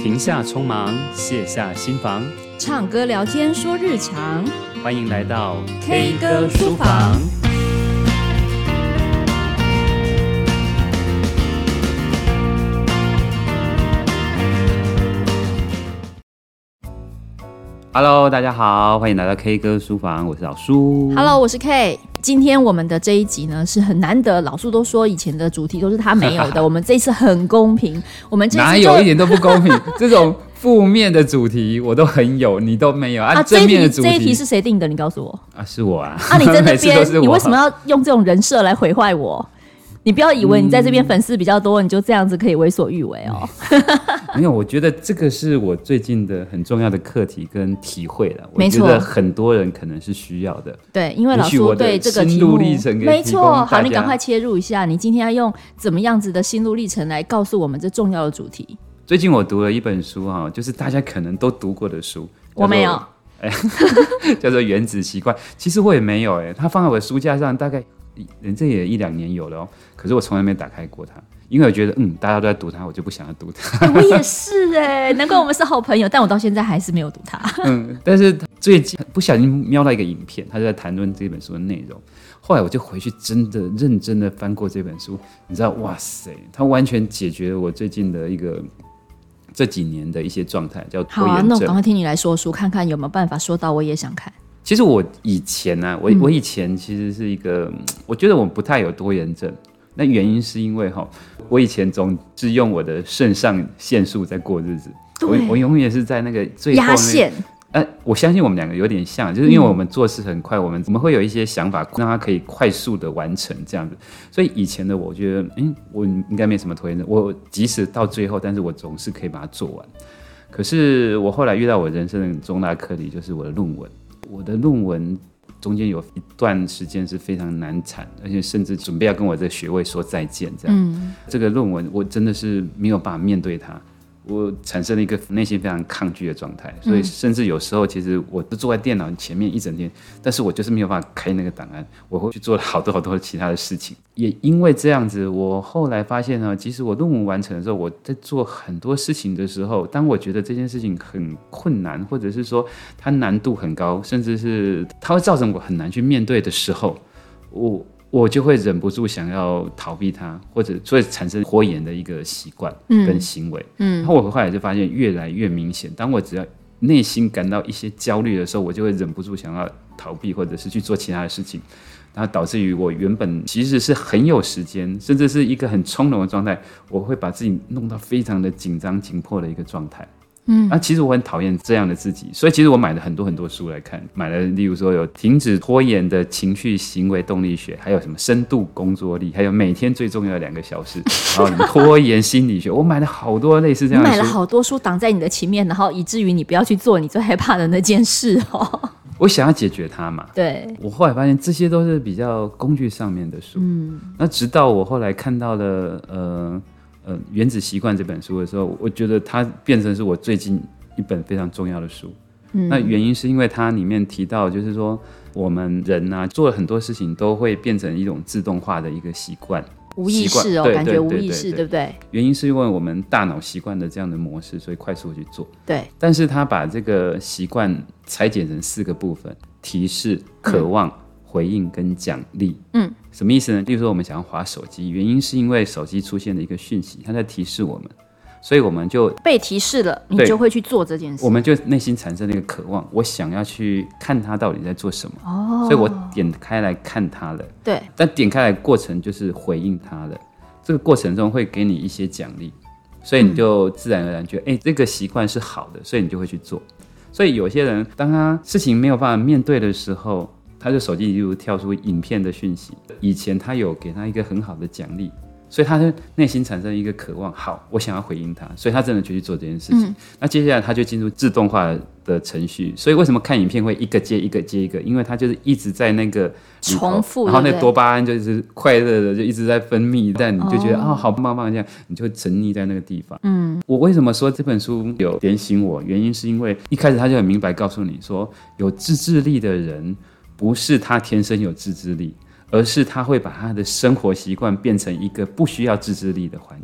停下匆忙，卸下心防， 唱歌聊天说日常， 欢迎来到 K 歌书房。 Hello， 大家好，欢迎来到 K 歌书房，我是老苏。 Hello， 我是 K。今天我们的这一集呢是很难得，老苏都说以前的主题都是他没有的，我们这一次很公平。我们这次哪有一点都不公平？这种负面的主题我都很有，你都没有啊！正面的主题， 这一题是谁定的？你告诉我啊，是我啊！ 啊，你在那边，你为什么要用这种人设来毁坏我？你不要以为你在这边粉丝比较多，你就这样子可以为所欲为哦。 没有，我觉得这个是我最近的很重要的课题跟体会了。 没错， 我觉得很多人可能是需要的。 对，因为老苏对这个题目，没错。好，你赶快切入一下，你今天要用怎么样子的心路历程来告诉我们这重要的主题？ 最近我读了一本书哈，就是大家可能都读过的书， 我没有， 叫做《原子习惯》。其实我也没有它放在我的书架上，大概这也1-2年有了可是我从来没打开过它，因为我觉得大家都在读它，我就不想要读它。 我也是难怪我们是好朋友，但我到现在还是没有读它。 但是最近不小心瞄到一个影片，他就在谈论这本书的内容。后来我就回去真的认真的翻过这本书，你知道，哇塞，它完全解决了我最近的一个这几年的一些状态，叫拖延症。 好啊，那我赶快听你来说书，看看有没有办法说到我也想看。 其实我以前呢，我以前其实是一个，我觉得我不太有拖延症。那原因是因为我以前总是用我的肾上腺素在过日子，我永远是在那个最后压线。 我相信我们两个有点像，就是因为我们做事很快，我们会有一些想法，让它可以快速的完成这样子。所以以前的我觉得，我应该没什么拖延症，我即使到最后，但是我总是可以把它做完。可是我后来遇到我人生的重大课题，就是我的论文。我的论文中间有一段时间是非常难产，而且甚至准备要跟我这个学位说再见这样。这个论文我真的是没有办法面对它，我产生了一个内心非常抗拒的状态，所以甚至有时候其实我都坐在电脑前面一整天，但是我就是没有办法开那个档案，我会去做好多其他的事情。也因为这样子，我后来发现呢，其实我论文完成的时候，我在做很多事情的时候，当我觉得这件事情很困难，或者是说它难度很高，甚至是它会造成我很难去面对的时候，我就会忍不住想要逃避它，或者所以产生拖延的一个习惯跟行为。然后我后来就发现越来越明显，当我只要内心感到一些焦虑的时候，我就会忍不住想要逃避，或者是去做其他的事情，然后导致于我原本其实是很有时间，甚至是一个很从容的状态，我会把自己弄到非常的紧张紧迫的一个状态。其实我很讨厌这样的自己，所以其实我买了很多书来看，买了例如说有停止拖延的情绪行为动力学，还有什么深度工作力，还有每天最重要的2个小时，然后什么拖延心理学，我买了好多类似这样的书。 你买了好多书挡在你的前面，然后以至于你不要去做你最害怕的那件事我想要解决它嘛。 对， 我后来发现这些都是比较工具上面的书。那直到我后来看到了原子习惯这本书的时候，我觉得它变成是我最近一本非常重要的书。那原因是因为它里面提到，就是说我们人啊做了很多事情都会变成一种自动化的一个习惯， 无意识感觉无意识，对不对？ 原因是因为我们大脑习惯的这样的模式，所以快速去做。 对， 但是他把这个习惯拆解成4个部分：提示、渴望、回应跟奖励。什么意思呢？例如说我们想要滑手机，原因是因为手机出现了一个讯息，它在提示我们，所以我们就被提示了，你就会去做这件事。 我们就内心产生了一个渴望，我想要去看它到底在做什么。所以我点开来看它了。 对， 但点开来的过程就是回应它了。这个过程中会给你一些奖励，所以你就自然而然觉得，这个习惯是好的，所以你就会去做。所以有些人当他事情没有办法面对的时候，他的手机例如跳出影片的讯息，以前他有给他一个很好的奖励，所以他的内心产生一个渴望，好，我想要回应他，所以他真的就去做这件事情。那接下来他就进入自动化的程序，所以为什么看影片会一个接一个接一个？因为他就是一直在那个重复， 然后那多巴胺就是快乐的就一直在分泌，但你就觉得好棒棒这样，你就沉溺在那个地方。我为什么说这本书有点醒我？原因是因为一开始他就很明白告诉你说，有自制力的人不是他天生有自制力，而是他会把他的生活习惯变成一个不需要自制力的环境。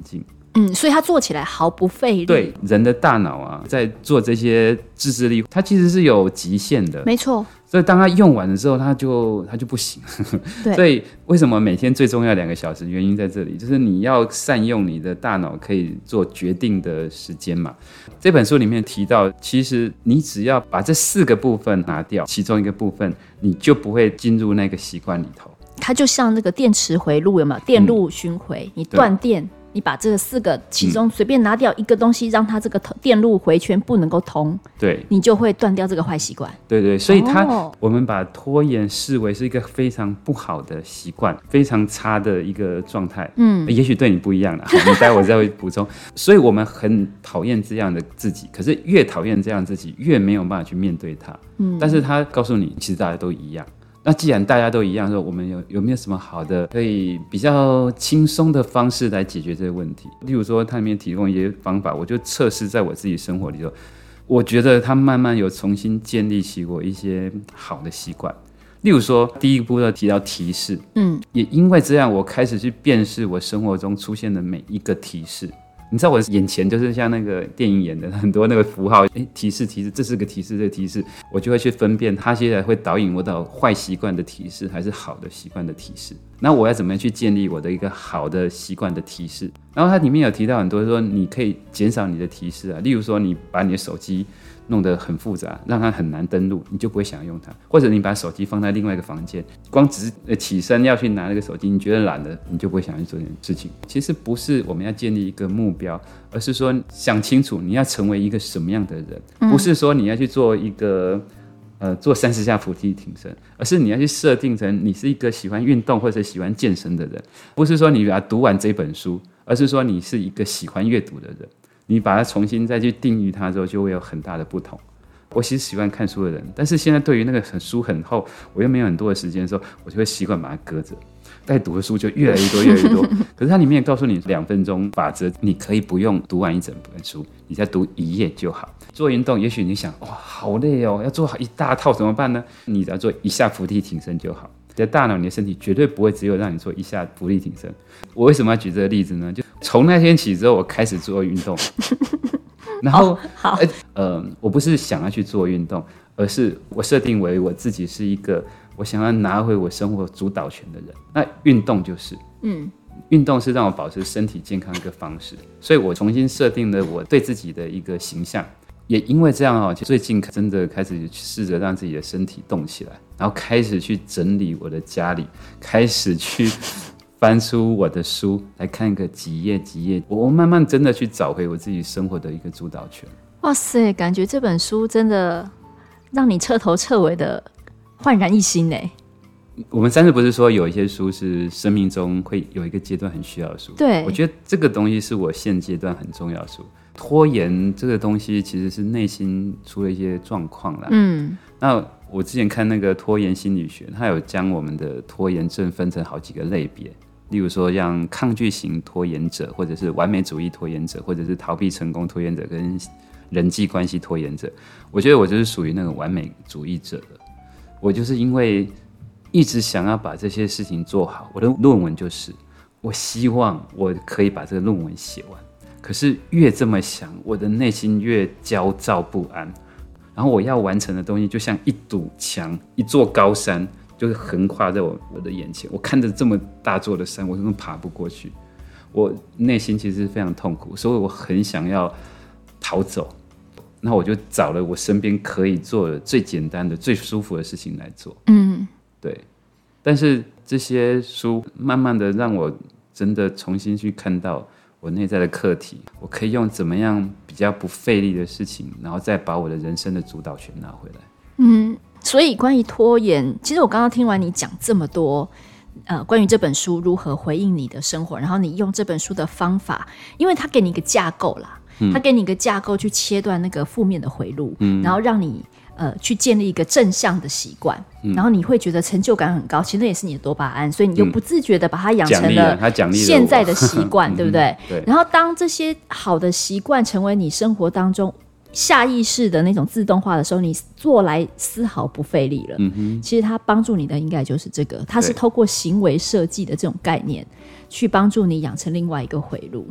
所以它做起来毫不费力。 对，人的大脑啊，在做这些自制力，它其实是有极限的。 没错。 所以当它用完了之后，它就不行。 对。 所以为什么每天最重要2个小时？原因在这里，就是你要善用你的大脑可以做决定的时间嘛。这本书里面提到，其实你只要把这4个部分拿掉，其中一个部分，你就不会进入那个习惯里头。 它就像那个电池回路，有没有？电路循环，你断电。你把这4个其中随便拿掉一个东西，让它这个电路回圈不能够通，对，你就会断掉这个坏习惯。 对对，所以我们把拖延视为是一个非常不好的习惯，非常差的一个状态。也许对你不一样啦，你待会再会补充。所以我们很讨厌这样的自己，可是越讨厌这样的自己，越没有办法去面对它。但是他告诉你，其实大家都一样。那既然大家都一样，说我们有没有什么好的可以比较轻松的方式来解决这个问题？例如说，它里面提供一些方法，我就测试在我自己生活里头，我觉得它慢慢有重新建立起我一些好的习惯。例如说，第一步要提到提示，也因为这样，我开始去辨识我生活中出现的每一个提示。你知道我眼前就是像那个电影演的很多那个符号，提示，这是个提示，这个提示，我就会去分辨它现在会导引我到坏习惯的提示，还是好的习惯的提示。那我要怎么样去建立我的一个好的习惯的提示？然后它里面有提到很多说，你可以减少你的提示啊，例如说你把你的手机弄得很复杂，让它很难登录，你就不会想用它。或者你把手机放在另外一个房间，光只是起身要去拿那个手机，你觉得懒了，你就不会想去做这件事情。其实不是我们要建立一个目标，而是说想清楚你要成为一个什么样的人，不是说你要去做一个做30下伏地挺身，而是你要去设定成你是一个喜欢运动或者喜欢健身的人，不是说你把它读完这本书，而是说你是一个喜欢阅读的人。你把它重新再去定义它之后，就会有很大的不同。我其实喜欢看书的人，但是现在对于那个书很厚，我又没有很多的时间的时候，我就会习惯把它搁着。该读的书就越来越多，越来越多。可是它里面告诉你2分钟法则，你可以不用读完一整本书，你再读1页就好。做运动，也许你想，哇，好累哦，要做好一大套怎么办呢？你只要做1下伏地挺身就好。你的大脑、你的身体绝对不会只有让你做1下伏地挺身。我为什么要举这个例子呢？就从那天起之后，我开始做运动。然后，我不是想要去做运动，而是我设定为我自己是一个我想要拿回我生活主导权的人。那运动就是，运动是让我保持身体健康的一个方式。所以我重新设定了我对自己的一个形象。也因为这样最近真的开始试着让自己的身体动起来，然后开始去整理我的家里，开始去翻出我的书来看个几页，我慢慢真的去找回我自己生活的一个主导权。 哇塞，感觉这本书真的让你彻头彻尾的焕然一新耶。 我们上次不是说有一些书是生命中会有一个阶段很需要的书？ 对， 我觉得这个东西是我现阶段很重要的书。拖延这个东西其实是内心出了一些状况啦。那我之前看那个拖延心理学，它有将我们的拖延症分成好几个类别，例如说像抗拒型拖延者，或者是完美主义拖延者，或者是逃避成功拖延者跟人际关系拖延者。我觉得我就是属于那个完美主义者的。我就是因为一直想要把这些事情做好，我的论文就是我希望我可以把这个论文写完，可是越这么想，我的内心越焦躁不安，然后我要完成的东西就像一堵墙，一座高山，就是横跨在我的眼前，我看着这么大座的山，我根本爬不过去，我内心其实非常痛苦，所以我很想要逃走。那我就找了我身边可以做的最简单的、最舒服的事情来做。对。但是这些书慢慢的让我真的重新去看到我内在的课题，我可以用怎么样比较不费力的事情，然后再把我的人生的主导权拿回来。 所以关于拖延，其实我刚刚听完你讲这么多，关于这本书如何回应你的生活，然后你用这本书的方法，因为它给你一个架构啦，它给你一个架构去切断那个负面的回路，然后让你去建立一个正向的习惯，然后你会觉得成就感很高，其实那也是你的多巴胺，所以你就不自觉的把它养成了现在的习惯，对不对？ 对。 然后当这些好的习惯成为你生活当中下意识的那种自动化的时候，你做来丝毫不费力了。其实它帮助你的应该就是这个，它是透过行为设计的这种概念去帮助你养成另外一个回路。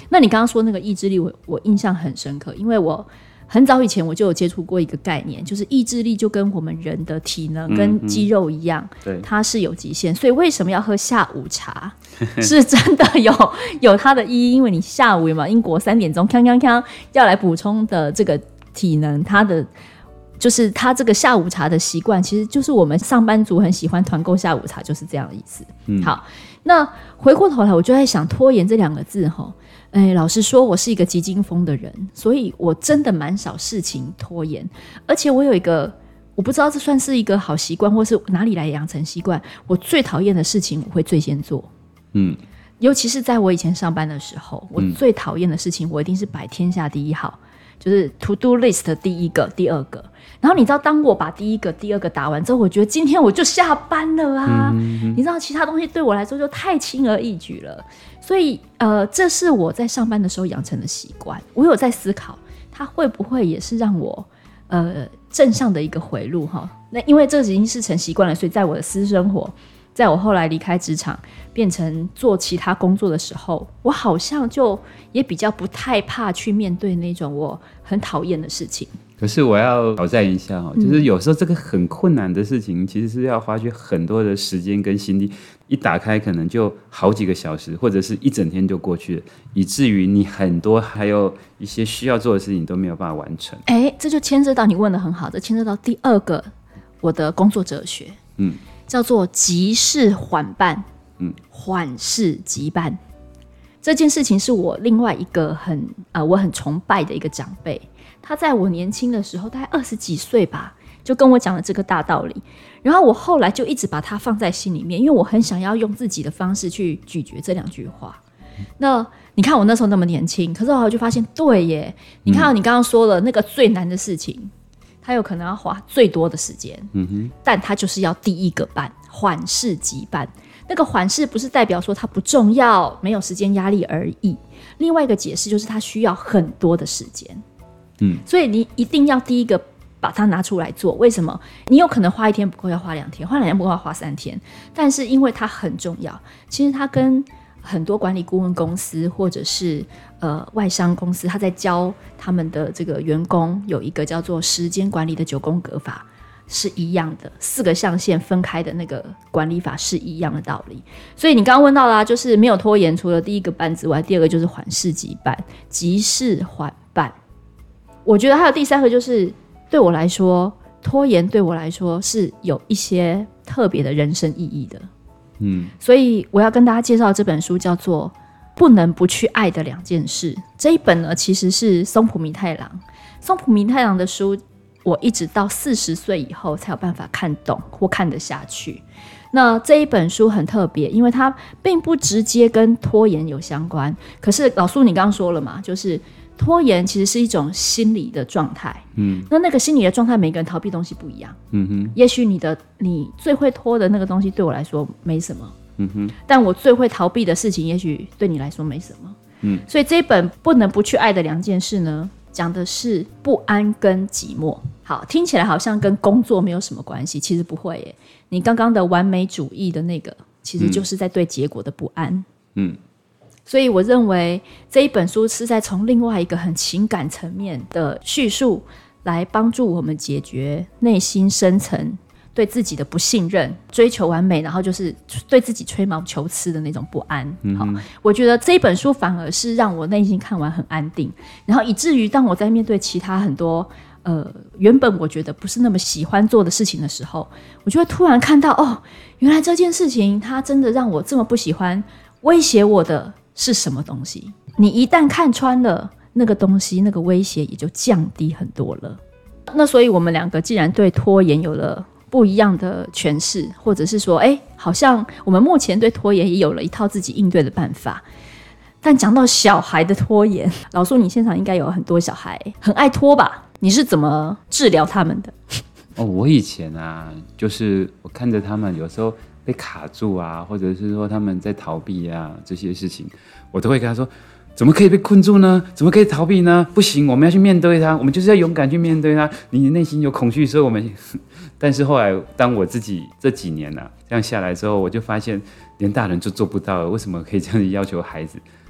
那你刚刚说那个意志力我印象很深刻，因为我很早以前我就有接触过一个概念，就是意志力就跟我们人的体能跟肌肉一样，它是有极限。所以为什么要喝下午茶是真的有它的意义，因为你下午有没有英国3点钟锵锵锵要来补充的这个体能，就是他这个下午茶的习惯，其实就是我们上班族很喜欢团购下午茶，就是这样的意思。好，那回过头来我就在想拖延这2个字齁，老实说我是一个急惊风的人，所以我真的蛮少事情拖延，而且我有一个我不知道这算是一个好习惯或是哪里来养成习惯，我最讨厌的事情我会最先做。尤其是在我以前上班的时候，我最讨厌的事情我一定是摆天下第一号，就是 to do list 第一个第二个。然后你知道当我把第一个第二个打完之后，我觉得今天我就下班了啊，你知道其他东西对我来说就太轻而易举了。所以这是我在上班的时候养成的习惯，我有在思考它会不会也是让我正向的一个回路哈。那因为这已经是成习惯了，所以在我的私生活，在我后来离开职场变成做其他工作的时候，我好像就也比较不太怕去面对那种我很讨厌的事情。 可是我要挑战一下就是有时候这个很困难的事情其实是要花去很多的时间跟心力，一打开可能就好几个小时或者是一整天就过去了，以至于你很多还有一些需要做的事情都没有办法完成。 这就牵涉到你问的很好，这牵涉到第2个我的工作哲学，叫做急事缓办，缓事急办。这件事情是我另外一个我很崇拜的一个长辈，他在我年轻的时候大概20几岁吧，就跟我讲了这个大道理，然后我后来就一直把它放在心里面，因为我很想要用自己的方式去咀嚼这2句话。那你看我那时候那么年轻，可是后来就发现对耶，你看你刚刚说了那个最难的事情，他有可能要花最多的时间，但他就是要第一个办，缓事急办。那个缓事不是代表说它不重要，没有时间压力而已，另外一个解释就是它需要很多的时间。所以你一定要第一个把它拿出来做。为什么？你有可能花1天不够要花2天，花2天不够要花3天，但是因为它很重要，其实它跟很多管理顾问公司或者是外商公司，他在教他们的这个员工有一个叫做时间管理的9宫格法是一样的，4个象限分开的那个管理法是一样的道理。所以你刚刚问到啦，就是没有拖延，除了第1个办之外，第2个就是缓事急办，急事缓办。我觉得还有第3个，就是对我来说，拖延对我来说是有一些特别的人生意义的。所以我要跟大家介绍这本书，叫做《不能不去爱的2件事》。这一本呢，其实是松浦弥太郎。松浦弥太郎的书，我一直到40岁以后才有办法看懂或看得下去。那这一本书很特别，因为它并不直接跟拖延有相关。可是老苏你刚刚说了嘛，就是拖延其实是一种心理的状态。那个心理的状态，每个人逃避东西不一样。也许你最会拖的那个东西对我来说没什么。但我最会逃避的事情，也许对你来说没什么。所以这一本不能不去爱的2件事呢，讲的是不安跟寂寞。好，听起来好像跟工作没有什么关系，其实不会耶。你刚刚的完美主义的那个，其实就是在对结果的不安。所以我认为这一本书是在从另外一个很情感层面的叙述，来帮助我们解决内心深层对自己的不信任，追求完美，然后就是对自己吹毛求疵的那种不安。好，我觉得这一本书反而是让我内心看完很安定，然后以至于当我在面对其他很多原本我觉得不是那么喜欢做的事情的时候，我就会突然看到原来这件事情它真的让我这么不喜欢，威胁我的是什么东西。你一旦看穿了那个东西，那个威胁也就降低很多了。那所以我们2个既然对拖延有了不一样的诠释，或者是说好像我们目前对拖延也有了一套自己应对的办法。但讲到小孩的拖延，老苏你现场应该有很多小孩很爱拖吧，你是怎么治疗他们的？ 我以前就是我看着他们有时候被卡住或者是说他们在逃避这些事情，我都会跟他说，怎么可以被困住呢？怎么可以逃避呢？不行，我们要去面对它，我们就是要勇敢去面对它。你内心有恐惧，所以我们但是后来当我自己这几年这样下来之后，我就发现连大人就做不到了，为什么可以这样子要求孩子？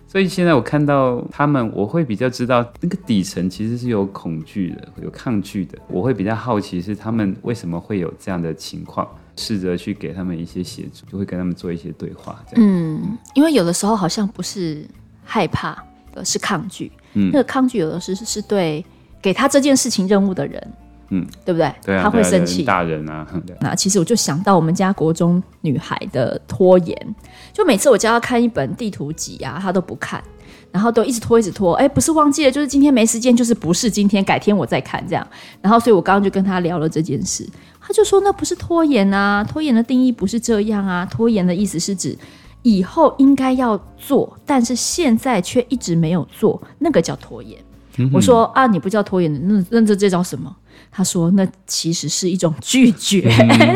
所以现在我看到他们，我会比较知道那个底层其实是有恐惧的，有抗拒的。我会比较好奇是他们为什么会有这样的情况，试着去给他们一些协助，就会跟他们做一些对话。这样， 因为有的时候好像不是害怕，是抗拒。那个抗拒有的是对给他这件事情任务的人。对不对？ 对啊， 他会生气。 大人啊， 那其实我就想到我们家国中女孩的拖延，就每次我叫她看一本地图集啊，她都不看，然后都一直拖一直拖。不是忘记了，就是今天没时间，就是不是今天，改天我再看这样。然后所以我刚刚就跟她聊了这件事，她就说那不是拖延啊，拖延的定义不是这样啊，拖延的意思是指以后应该要做，但是现在却一直没有做，那个叫拖延。我说啊，你不叫拖延的，那这叫什么？他说那其实是一种拒绝。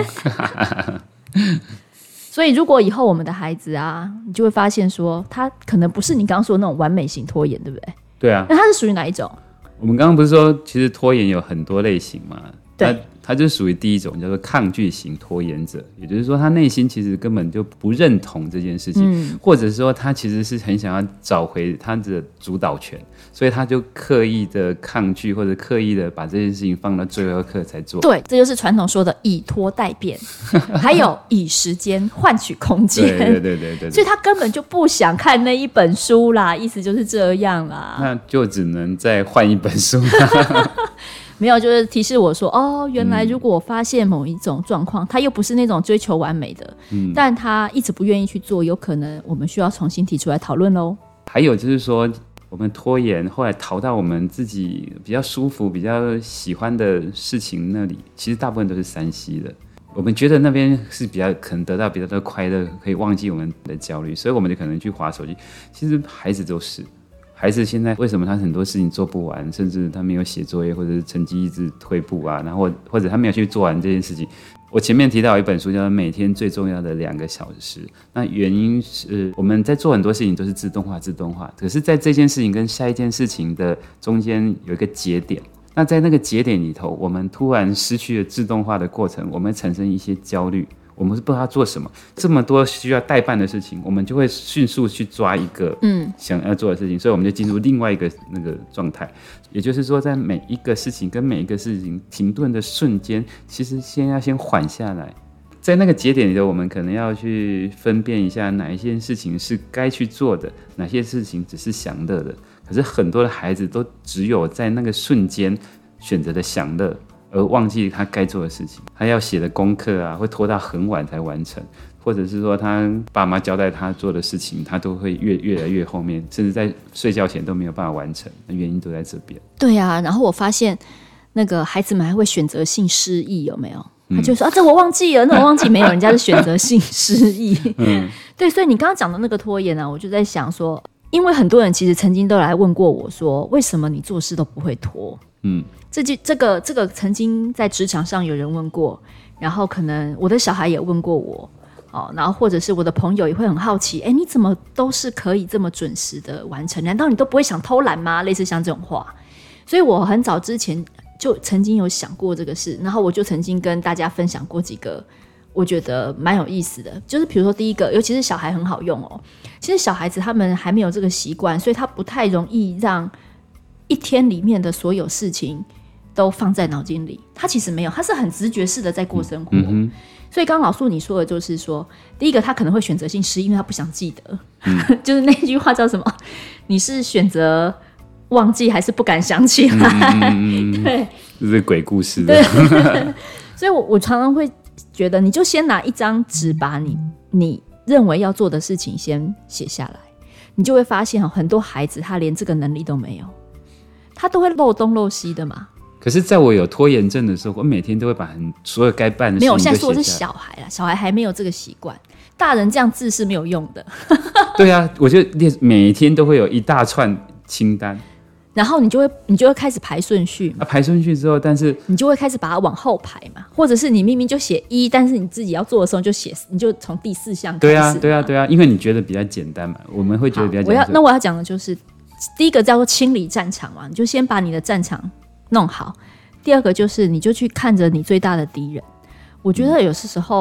所以如果以后我们的孩子啊，你就会发现说他可能不是你刚刚说的那种完美型拖延，对不对？ 对啊。 那他是属于哪一种？ 我们刚刚不是说其实拖延有很多类型嘛？ 对， 他就属于第一种，叫做抗拒型拖延者，也就是说他内心其实根本就不认同这件事情，或者说他其实是很想要找回他的主导权，所以他就刻意的抗拒或者刻意的把这件事情放到最后一刻才做。 对，这就是传统说的以拖代变，还有以时间换取空间。 对， 所以他根本就不想看那一本书啦，意思就是这样啦。 那就只能再换一本书啦。 没有，就是提示我说，哦，原来如果我发现某一种状况，他又不是那种追求完美的，但他一直不愿意去做，有可能我们需要重新提出来讨论咯。 还有就是说，我们拖延后来逃到我们自己比较舒服、比较喜欢的事情那里，其实大部分都是3C的。我们觉得那边是比较可能得到比较多快乐，可以忘记我们的焦虑，所以我们就可能去滑手机。其实孩子都是。孩子现在为什么他很多事情做不完，甚至他没有写作业，或者是成绩一直退步啊，然后或者他没有去做完这件事情。我前面提到一本书叫做《每天最重要的2个小时》，那原因是我们在做很多事情都是自动化，可是在这件事情跟下一件事情的中间有一个节点，那在那个节点里头，我们突然失去了自动化的过程，我们会产生一些焦虑。我们是不知道做什么，这么多需要代办的事情，我们就会迅速去抓一个想要做的事情，所以我们就进入另外一个那个状态。也就是说，在每一个事情跟每一个事情停顿的瞬间，其实要先缓下来。在那个节点里头，我们可能要去分辨一下哪一些事情是该去做的，哪些事情只是享乐的。可是很多的孩子都只有在那个瞬间选择的享乐，而忘记他该做的事情，他要写的功课啊，会拖到很晚才完成，或者是说他爸妈交代他做的事情，他都会越来越后面，甚至在睡觉前都没有办法完成，原因都在这边。 对啊，然后我发现那个孩子们还会选择性失忆，有没有？他就说啊，这我忘记了，那我忘记没有，人家是选择性失忆。对，所以你刚刚讲的那个拖延啊，我就在想说，因为很多人其实曾经都来问过我说，为什么你做事都不会拖？这个曾经在职场上有人问过，然后可能我的小孩也问过我，然后或者是我的朋友也会很好奇，你怎么都是可以这么准时的完成？难道你都不会想偷懒吗？类似像这种话，所以我很早之前就曾经有想过这个事，然后我就曾经跟大家分享过几个我觉得蛮有意思的，就是比如说第一个，尤其是小孩很好用哦。其实小孩子他们还没有这个习惯，所以他不太容易让一天里面的所有事情都放在脑筋里，他其实没有，他是很直觉式的在过生活。所以刚刚老素你说的就是说，第一个他可能会选择性失忆，因为他不想记得，就是那句话叫什么？你是选择忘记还是不敢想起来？对， 这是鬼故事。 对，所以我常常会觉得，你就先拿一张纸，把你认为要做的事情先写下来，你就会发现很多孩子他连这个能力都没有，他都会漏东漏西的嘛。 可是在我有拖延症的时候，我每天都会把所有该办的事情都写下来。没有， 现在说的是小孩啦，小孩还没有这个习惯，大人这样字是没有用的。 对啊，我就每天都会有一大串清单，然后你就会开始排顺序排顺序之后，但是你就会开始把它往后排嘛，或者是你明明就写1，但是你自己要做的时候你就从第4项开始。 对啊，因为你觉得比较简单嘛，我们会觉得比较简单。 那我要讲的就是第一个叫做清理战场嘛，你就先把你的战场弄好。第二个就是你就去看着你最大的敌人。我觉得有时候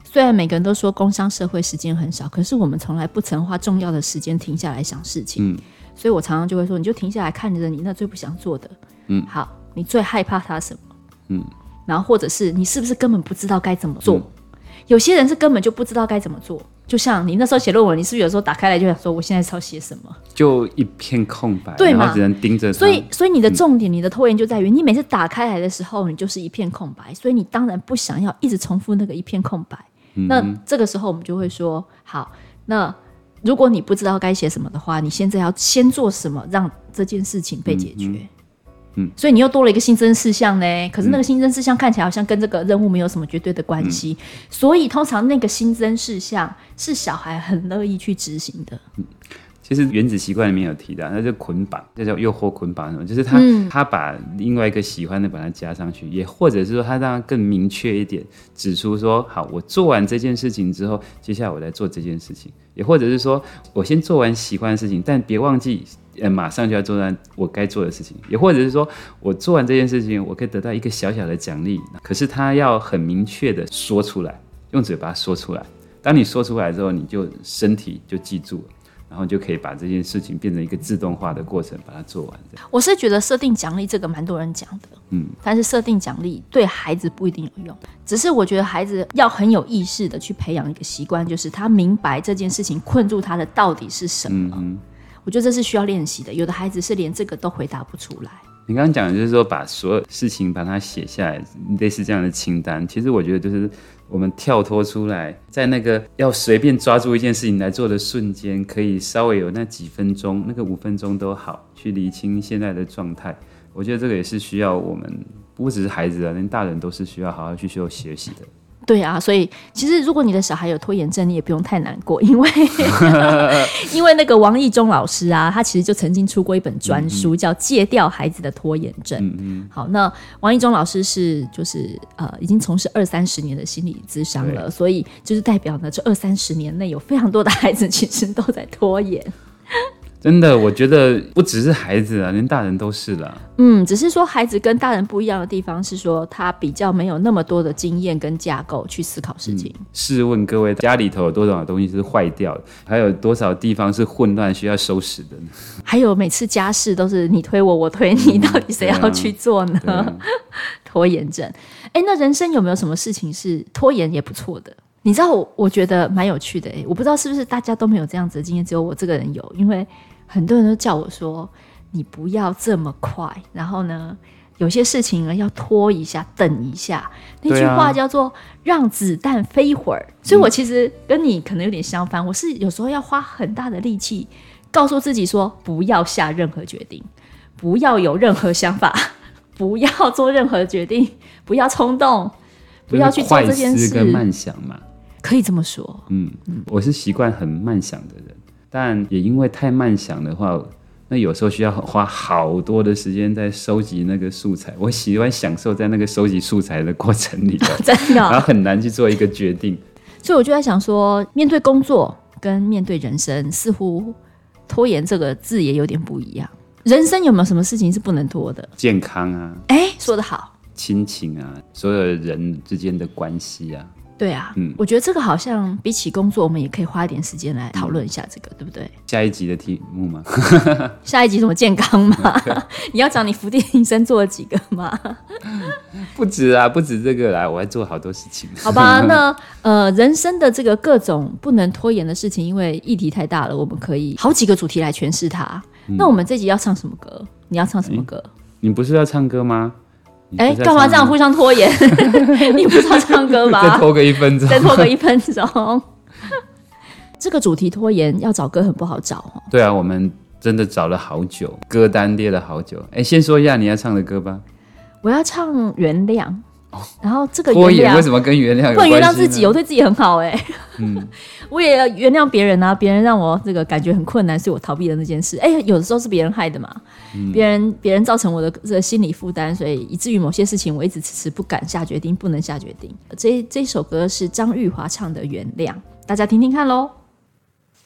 虽然每个人都说工商社会时间很少，可是我们从来不曾花重要的时间停下来想事情。所以我常常就会说，你就停下来看着你那最不想做的。好，你最害怕它什么？然后或者是你是不是根本不知道该怎么做？有些人是根本就不知道该怎么做。就像你那时候写论文，你是不是有时候打开来就想说，我现在是要写什么？ 就一片空白， 对嘛， 然后只能盯着它。 所以你的重点，你的拖延就在于，你每次打开来的时候，你就是一片空白，所以你当然不想要一直重复那个一片空白。那这个时候我们就会说，好，那如果你不知道该写什么的话，你现在要先做什么让这件事情被解决？所以你又多了一个新增事项呢，可是那个新增事项看起来好像跟这个任务没有什么绝对的关系，所以通常那个新增事项是小孩很乐意去执行的。 其实原子习惯里面有提到，那就捆绑，这叫诱惑捆绑什么，就是他把另外一个喜欢的把它加上去，也或者是说他让它更明确一点，指出说好，我做完这件事情之后，接下来我来做这件事情，也或者是说我先做完喜欢的事情，但别忘记马上就要做完我该做的事情，也或者是说我做完这件事情，我可以得到一个小小的奖励，可是他要很明确的说出来，用嘴巴说出来。当你说出来之后，你就身体就记住了。然后就可以把这件事情变成一个自动化的过程，把它做完。 我是觉得设定奖励这个蛮多人讲的，但是设定奖励对孩子不一定有用。只是我觉得孩子要很有意识的去培养一个习惯，就是他明白这件事情困住他的到底是什么。我觉得这是需要练习的。有的孩子是连这个都回答不出来。 你刚刚讲的就是说，把所有事情把它写下来，类似这样的清单。其实我觉得就是我们跳脱出来，在那个要随便抓住一件事情来做的瞬间，可以稍微有那几分钟，那个5分钟都好，去厘清现在的状态。我觉得这个也是需要我们，不只是孩子啊，连大人都是需要好好去学习的。 对啊，所以其实如果你的小孩有拖延症，你也不用太难过，因为因为那个王义中老师啊，他其实就曾经出过一本专书，叫《戒掉孩子的拖延症》。好，那王义中老师是就是已经从事20-30年的心理咨商了，所以就是代表呢，这20-30年内有非常多的孩子其实都在拖延。 真的，我觉得不只是孩子啊，连大人都是啦。 只是说孩子跟大人不一样的地方是说，他比较没有那么多的经验跟架构去思考事情。 试问各位，家里头有多少东西是坏掉的？还有多少地方是混乱需要收拾的呢？还有每次家事都是你推我，我推你，到底谁要去做呢？拖延症。那人生有没有什么事情是拖延也不错的？你知道我觉得蛮有趣的。我不知道是不是大家都没有这样子的经验，只有我这个人有。因为很多人都叫我说，你不要这么快，然后呢有些事情呢要拖一下，等一下。那句话叫做让子弹飞一会儿。所以我其实跟你可能有点相反，我是有时候要花很大的力气告诉自己说，不要下任何决定，不要有任何想法，不要做任何决定，不要冲动，不要去做这件事。 快思跟慢想嘛， 可以这么说。 我是习惯很慢想的人，但也因为太慢想的话，那有时候需要花好多的时间在收集那个素材。我喜欢享受在那个收集素材的过程里头真的， 然后很难去做一个决定。 所以我就在想说，面对工作跟面对人生，似乎拖延这个字也有点不一样。人生有没有什么事情是不能拖的？ 健康啊， 说得好。 亲情啊，所有人之间的关系啊。 对啊，我觉得这个好像比起工作，我们也可以花一点时间来讨论一下这个，对不对？ 下一集的题目吗？ 下一集什么健康吗？你要讲你伏地挺身做了几个吗？ 不止啊，不止这个啦，我还做好多事情。 好吧，那人生的这个各种不能拖延的事情，因为议题太大了，我们可以好几个主题来诠释它。那我们这集要唱什么歌？你要唱什么歌？ 你不是要唱歌吗？ 干嘛这样互相拖延？你不是要唱歌吗？ 再拖个1分钟， 再拖个1分钟。这个主题拖延要找歌很不好找。 对啊，我们真的找了好久，歌单列了好久。先说一下你要唱的歌吧。 我要唱《原谅》。然后这个拖延为什么跟原谅有关系呢？ 不能原谅自己，我对自己很好我也要原谅别人啊，别人让我这个感觉很困难，所以我逃避了那件事。有的时候是别人害的嘛，别人造成我的这个心理负担，所以以至于某些事情我一直迟迟不敢下决定，不能下决定。这首歌是张玉华唱的《原谅》，大家听听看咯。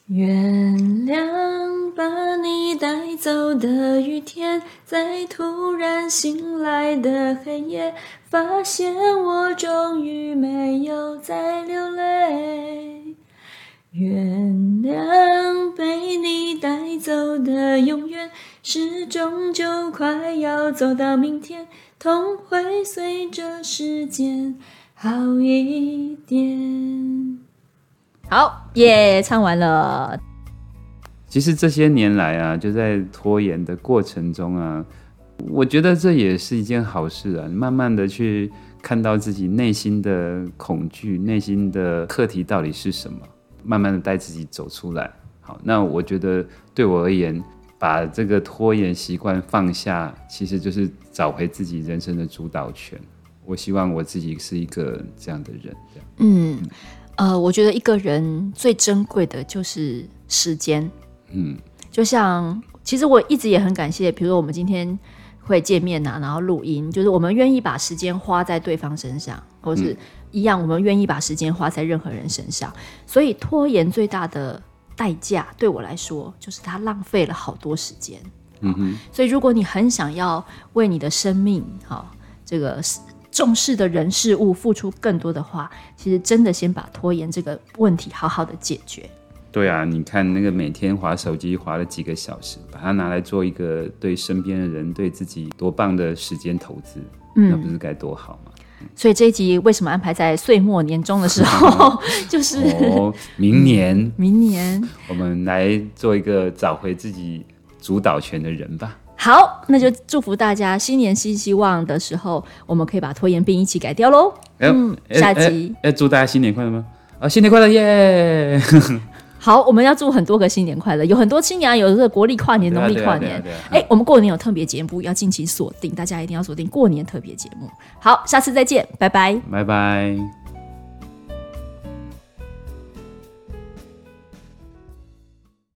原谅把你带走的雨天，在突然醒来的黑夜，发现我终于没有再流泪。原谅被你带走的永远，是终究快要走到明天，痛会随着时间好一点。好耶，唱完了。 其实这些年来啊，就在拖延的过程中啊，我觉得这也是一件好事啊。慢慢的去看到自己内心的恐惧、内心的课题到底是什么，慢慢的带自己走出来。好，那我觉得对我而言，把这个拖延习惯放下，其实就是找回自己人生的主导权。我希望我自己是一个这样的人。 我觉得一个人最珍贵的就是时间。就像其实我一直也很感谢，比如说我们今天会见面啊，然后录音，就是我们愿意把时间花在对方身上，或是一样，我们愿意把时间花在任何人身上。所以拖延最大的代价对我来说，就是它浪费了好多时间。所以如果你很想要为你的生命这个重视的人事物付出更多的话，其实真的先把拖延这个问题好好的解决。 对啊，你看那个每天滑手机滑了几个小时，把它拿来做一个对身边的人、对自己多棒的时间投资，那不是该多好吗？ 所以这一集为什么安排在岁末年终的时候？就是明年我们来做一个找回自己主导权的人吧。 好，那就祝福大家新年新希望的时候，我们可以把拖延病一起改掉咯。下集祝大家新年快乐吗？新年快乐耶！ 好，我们要祝很多个新年快乐，有很多新年，有这个国历跨年、农历跨年。我们过年有特别节目，要敬请锁定，大家一定要锁定过年特别节目。好，下次再见，拜拜， 拜拜。